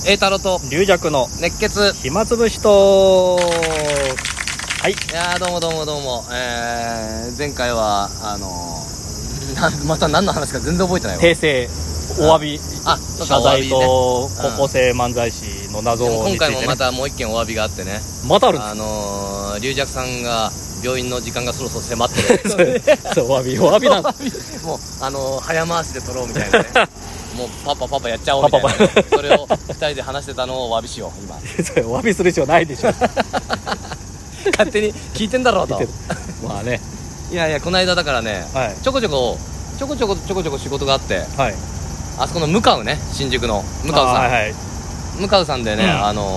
栄太郎と龍弱の熱血暇つぶしと。はい。 いやーどうも、前回はまた何の話か全然覚えてないわ。 訂正お詫び、謝罪と高校生漫才師の謎について、ね、 今回もまたもう一件お詫びがあってね。 またあるんですか。龍尺さんが病院の時間がそろそろ迫ってるそうお詫びなんもう早回しで撮ろうみたいなねもうパパやっちゃおうみたいな、それを2人で話してたのをお詫びしよう今それお詫びする必要ないでしょ勝手に聞いてんだろうとまあね、 いやこの間だからね、はい、ちょこちょこ仕事があって、はい、あそこの向かうね、新宿の向かうさん、はいはい、向かうさんでね、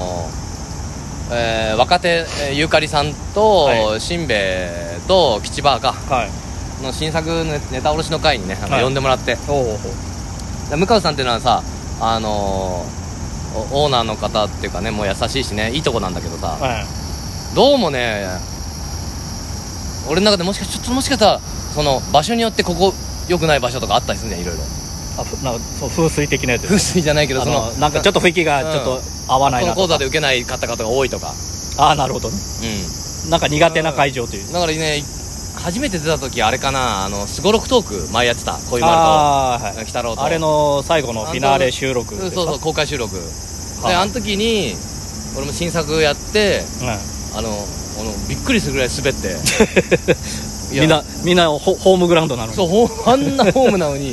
若手ゆかりさんと、はい、しんべヱと吉場か、はい、の新作ネタ卸しの会にね、はい、呼んでもらって、向かうさんっていうのはさ、オーナーの方っていうかね、もう優しいしね、いいとこなんだけどさ、はい、どうもね、俺の中でもしかしたらその場所によってここ良くない場所とかあったりするんじゃん、いろいろ。 なんかそう風水的なやつ。 風水じゃないけど、 なんかちょっと雰囲気がちょっと合わないなとか、 この講座で受けない方々が多いとか。 ああ、なるほどね。なんか苦手な会場という。 だからね、初めて出た時あれかな、すごろくトーク前やってた小井丸と北郎と、 あれの最後のフィナーレ収録ですか。 そう公開収録で、あの時に俺も新作やって、びっくりするぐらい滑ってみんなホームグラウンドなのに、 そうあんなホームなのに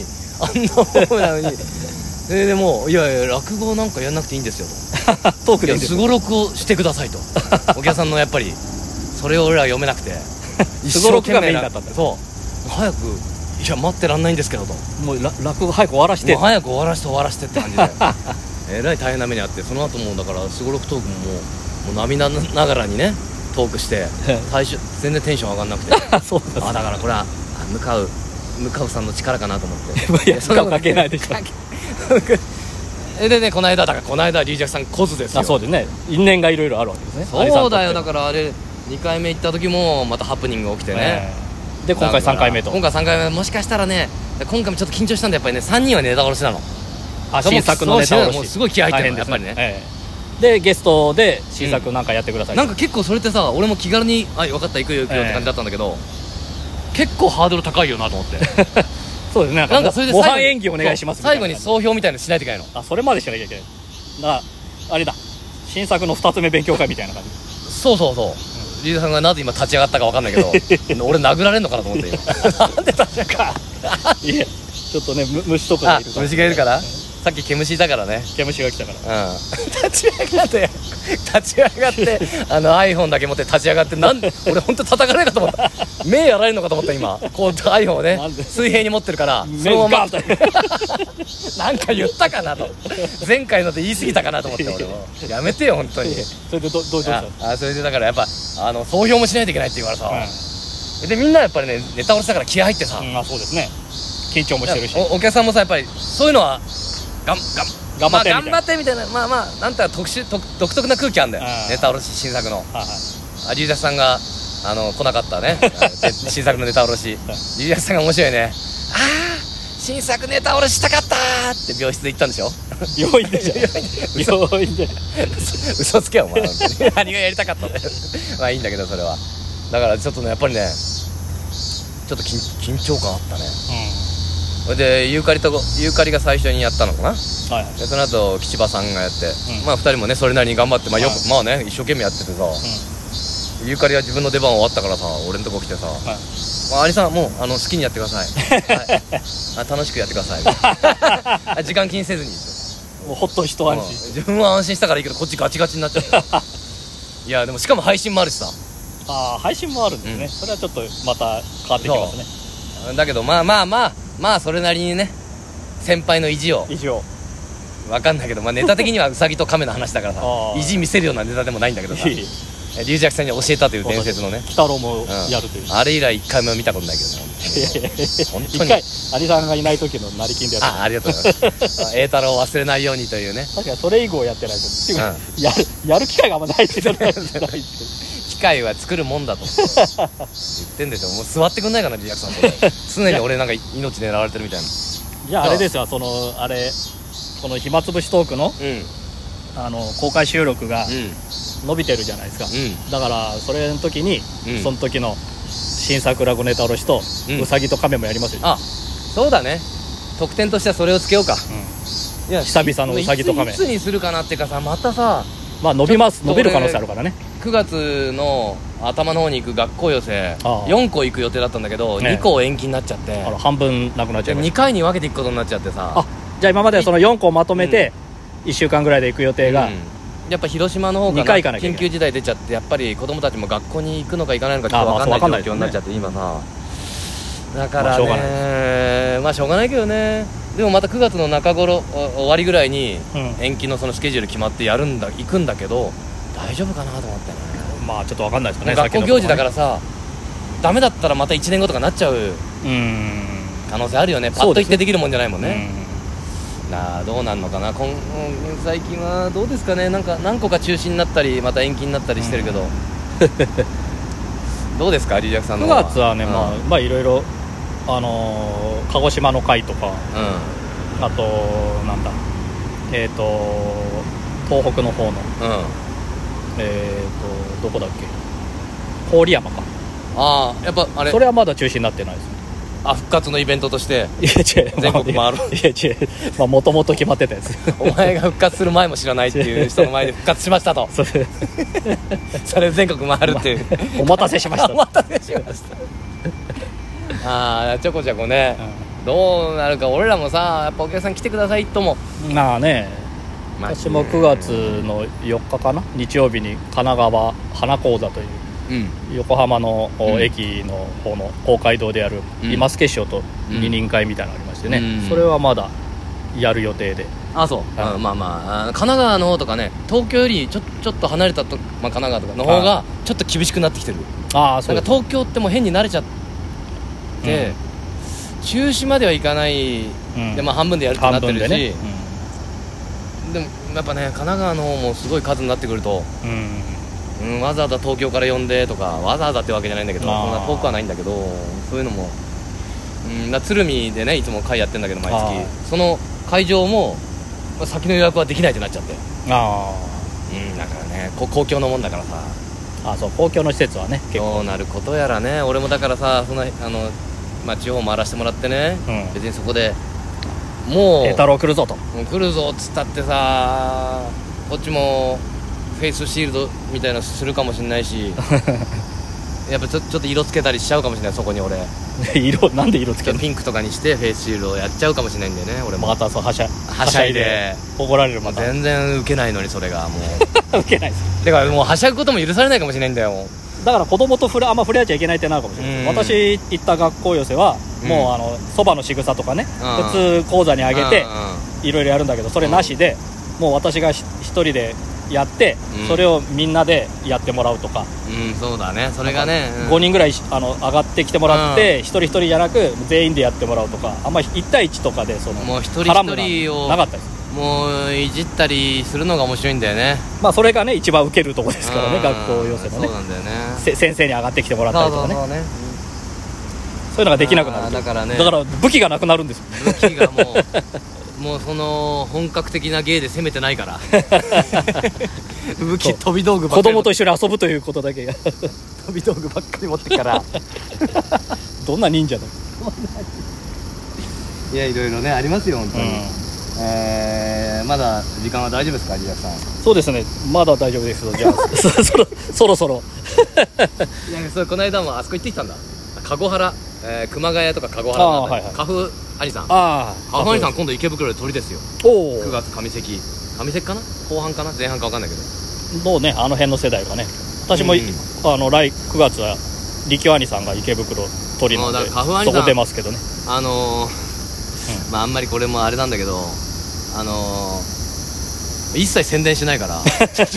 でもいや落語なんかやんなくていいんですよとトークでいいんですよ、 すごろくをしてくださいとお客さんのやっぱりそれを俺ら読めなくてすごろくがメインだったんだ。 そう早く、いや待ってらんないんですけどと、 もう落語早く終わらして、 もう早く終わらしてって感じでえらい大変な目にあって、その後もだからすごろくトークもう涙ながらにねトークして全然テンション上がんなくてそうです、 だからこれは向かうさんの力かなと思っていや、そんな関係ないでしょでね、この間龍尺さんコズですよ。 そうですね、因縁がいろいろあるわけですね。 そうだよ、だからあれ2回目行った時もまたハプニングが起きてね、 で今回3回目と。 今回3回目、もしかしたらね、今回もちょっと緊張したんで、やっぱりね3人はネタ卸しなの。 新作のネタ卸し、 もうすごい気合入ってるの、やっぱりね、 でゲストで新作なんかやってください、 なんか結構それってさ、俺も気軽に分かった行くよって感じだったんだけど、結構ハードル高いよなと思ってそうですね、なんかそれで模範演技お願いしますみたいな、 最後に総評みたいなのしないといけないの。 それまでしなきゃいけない。だからあれだ、新作の2つ目勉強会みたいな感じ。 そうリーダーさんがなぜ今立ち上がったか分かんないけど俺殴られんのかなと思ってなんで立ち上がったいや、ちょっとね、虫とかがいるから、 虫がいるから、さっき毛虫いたからね、 毛虫が来たから、 立ち上がって iPhone だけ持って立ち上がって、俺本当叩かれるかと思った、目やられるのかと思った今、こう iPhone をね水平に持ってるから、そのままなんか言ったかなと、前回ので言い過ぎたかなと思って、俺もやめてよ本当に。 それでどうしたの？ それでだからやっぱ総評もしないといけないって言うからさ、でみんなやっぱりねネタ卸しだから気合入ってさ、 そうですね、緊張もしてるし、 お客さんもさやっぱりそういうのは頑張ってみたいな、なんて独特な空気あんだよ、ネタ卸し新作の。龍尺さんが来なかったね新作のネタ卸し、龍尺さんが面白いね、新作ネタ卸ししたかったって病室で言ったんでしょ。 病院でしょ病院で嘘つけよお前何がやりたかったんだよまあいいんだけど、それはだからちょっとね、やっぱりねちょっと緊張感あったね。でユーカリが最初にやったのかな、でその後吉場さんがやって、2人もねそれなりに頑張って、よく一生懸命やっててさ、ユーカリは自分の出番終わったからさ、俺のとこ来てさ、有さんもう好きにやってください楽しくやってください時間気にせずに、 もうほっと一安心、 自分は安心したからいいけど、こっちガチガチになっちゃったいやでもしかも配信もあるしさ。 配信もあるんですね、それはちょっとまた変わってきますね。 だけどそれなりにね、先輩の意地を分かんないけど、ネタ的にはウサギとカメの話だからさ意地見せるようなネタでもないんだけどさ龍尺さんに教えたという伝説のね、 鬼太郎もやるという、 あれ以来1回も見たことないけどね本当に。 1回アリさんがいない時の成金でやった。 ありがとうございます栄太郎を忘れないようにというね。 確かにそれ以後やってないと、やる機会があんまないって言ってない機会は作るもんだと言ってんでしょ。もう座ってくんないかな、リアクさん常に俺なんか命狙われてるみたいな。 いや、あれですよ、この暇つぶしトークの、 公開収録がうん伸びてるじゃないですか、 うんだからそれの時に、 うんその時の新作ラグネタおろしと、 うんうさぎと亀もやりますよ、 あそうだね特典としてはそれをつけようか。いや久々のうさぎと亀いつにするかなっていうかさ、またさまあ伸びる可能性あるからね。 9月の頭の方に行く学校寄せああ 4個行く予定だったんだけど、 ね 2個延期になっちゃって、 半分なくなっちゃいまし 2回に分けていくことになっちゃってさ、 た。じゃあ今まではその4個をまとめて1週間ぐらいで行く予定が、 うんやっぱ広島の方か 2回行かなきゃいけない緊急事態出ちゃって、やっぱり子供たちも学校に行くのか行かないのかちょっと分かんないわかんない状況になっちゃって、今さだからまあしょうがね、まあしょうがないけどね。でもまた9月の中頃終わりぐらいにうん延期のそのスケジュール決まって行くんだけど、大丈夫かなと思ってね。 まあちょっと分かんないですよね。 学校行事だかららさ、ダメだったらまた1年後とかなっちゃう可能性あるよね。パッと言ってできるもんじゃないもんね。なあどうなんのかな、最近はどうですかね。なんか何個か中止になったりまた延期になったりしてるけど、どうですかリリアクさんの 9 方は。 月はね、まあいろいろ鹿児島の会とか、あとなんだ東北の方のどこだっけ、郡山か。 ああやっぱあれそれはまだ中止になってないです。 復活のイベントとしていや違う、 全国回るいや違う、まあもともと決まってたやつ。 お前が復活する前も知らないっていう人の前で復活しましたとそれそれ全国回るっていうお待たせしました。 お待たせしましたああちょこちょこね、どうなるか。俺らもさやっぱお客さん来てくださいとも、 まあね、私も9月の4日かな、日曜日に神奈川花講座という横浜の駅の方の公会堂でやる今助師匠と二人会みたいなのがありましてね、それはまだやる予定で。 あそう、まあまあ神奈川の方とかね、東京よりちょっと離れたと、神奈川とかの方がちょっと厳しくなってきてる。 そうなんか東京ってもう変に慣れちゃって、中止まではいかない、でまあ半分でやるってなってるし、 半分でね、 でもやっぱね神奈川の方もすごい数になってくると、わざわざ東京から呼んでとか、わざわざってわけじゃないんだけど、そんな遠くはないんだけど、そういうのも、鶴見でねいつも会やってんだけど毎月、その会場も先の予約はできないってなっちゃって、だからね公共のもんだからさ、 そう公共の施設はね結構どうなることやらね。俺もだからさ地方回らせてもらってね、別にそこでもう太郎来るぞと来るぞっつったってさ、こっちもフェイスシールドみたいなのするかもしれないしやっぱちょっと色つけたりしちゃうかもしれない。そこに俺なんで色つけるの。 ピンクとかにしてフェイスシールドをやっちゃうかもしれないんだよね。俺もまたはしゃいで怒られる。また全然ウケないのにそれがもウケないです。 だからもうはしゃぐことも許されないかもしれないんだよ。 だから子供とあんま触れ合っちゃいけないってなるかもしれない。私行った学校寄せはもうそばの仕草とかね、普通講座にあげていろいろやるんだけど、それなしでもう私が一人でやって、それをみんなでやってもらうとか、 そうだね、それがね、 5人ぐらい上がってきてもらって、一人一人じゃなく全員でやってもらうとか、あんまり1対1とかでもう一人一人をなかったです。 もういじったりするのが面白いんだよね。 まあそれがね一番ウケるとこですからね、学校寄せのね。 そうなんだよね。 先生に上がってきてもらったりとかね、そういうのができなくなる。 だから武器がなくなるんですよ。 武器がもうその本格的な芸で攻めてないから武器飛び道具ばっかり、 子供と一緒に遊ぶということだけが飛び道具ばっかり持ってからどんな忍者だ。 いやいろいろねありますよ本当に、まだ時間は大丈夫ですかリアクさん。 そうですね、まだ大丈夫ですよ。じゃあそろそろいやそれこの間もあそこ行ってきたんだ、籠原、熊谷とか籠原のあたり、カフ兄さん、カフ兄さん今度池袋で鳥ですよ。9月上関かな、後半かな前半か分かんないけど、 どうね、あの辺の世代がね。私も、9月は力兄さんが池袋鳥なので、そこ出ますけどね。まああんまりこれもあれなんだけど、一切宣伝しないから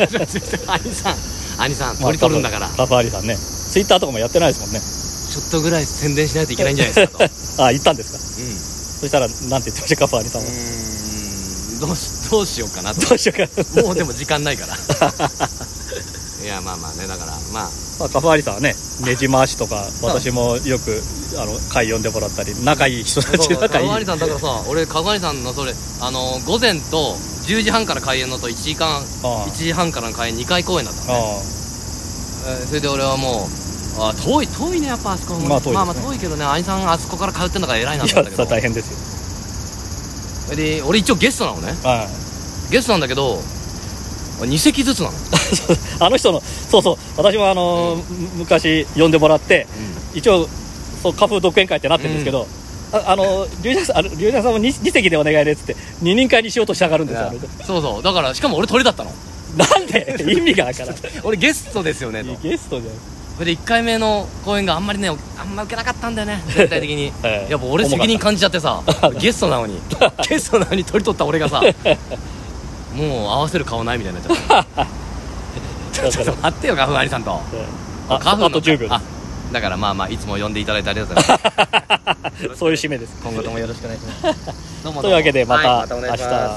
兄さん鳥取るんだから、 カフ兄さんね、ツイッターとかもやってないですもんね。 ちょっとぐらい宣伝しないといけないんじゃないですかと言ったんですか。そしたらなんて言ってました、カフ兄さんは。 どうしようかなと。 どうしようかもうでも時間ないからいやまあまあね、だからカフ兄さんはね、ねじ回しとか私もよく会呼んでもらったり、仲いい人たち、仲いい。 カフ兄さんだからさ、俺カフ兄さんのそれ午前と 10時半から開演のと1時半からの開演2回公演だったのね。それで俺はもう遠いねやっぱあそこも、 まあ遠いですね。 まあ遠いけどね、兄さんあそこから通ってんだから偉いなと思ったけど。 いや大変ですよ。で俺一応ゲストなのね、ゲストなんだけど2席ずつなのあの人のそう私も昔呼んでもらって、一応そうカフー独演会ってなってるんですけど、龍尺さんも 2席でお願いねっつって2人会にしようとしたがるんですよ。 そうだからしかも俺鳥だったの。 なんで意味がわからない俺ゲストですよねと。 ゲストじゃん。 それで1回目の公演があんま受けなかったんだよね全体的にやっぱ俺責任感じちゃってさゲストなのに取り取った俺がさもう合わせる顔ないみたいになっちゃったちょっと待ってよカフー兄さんと。 あと10秒です。 だからまあいつも呼んでいただいてありがとうございますそういう締めです。 今後ともよろしくお願いします。 というわけでまたお願いします。 明日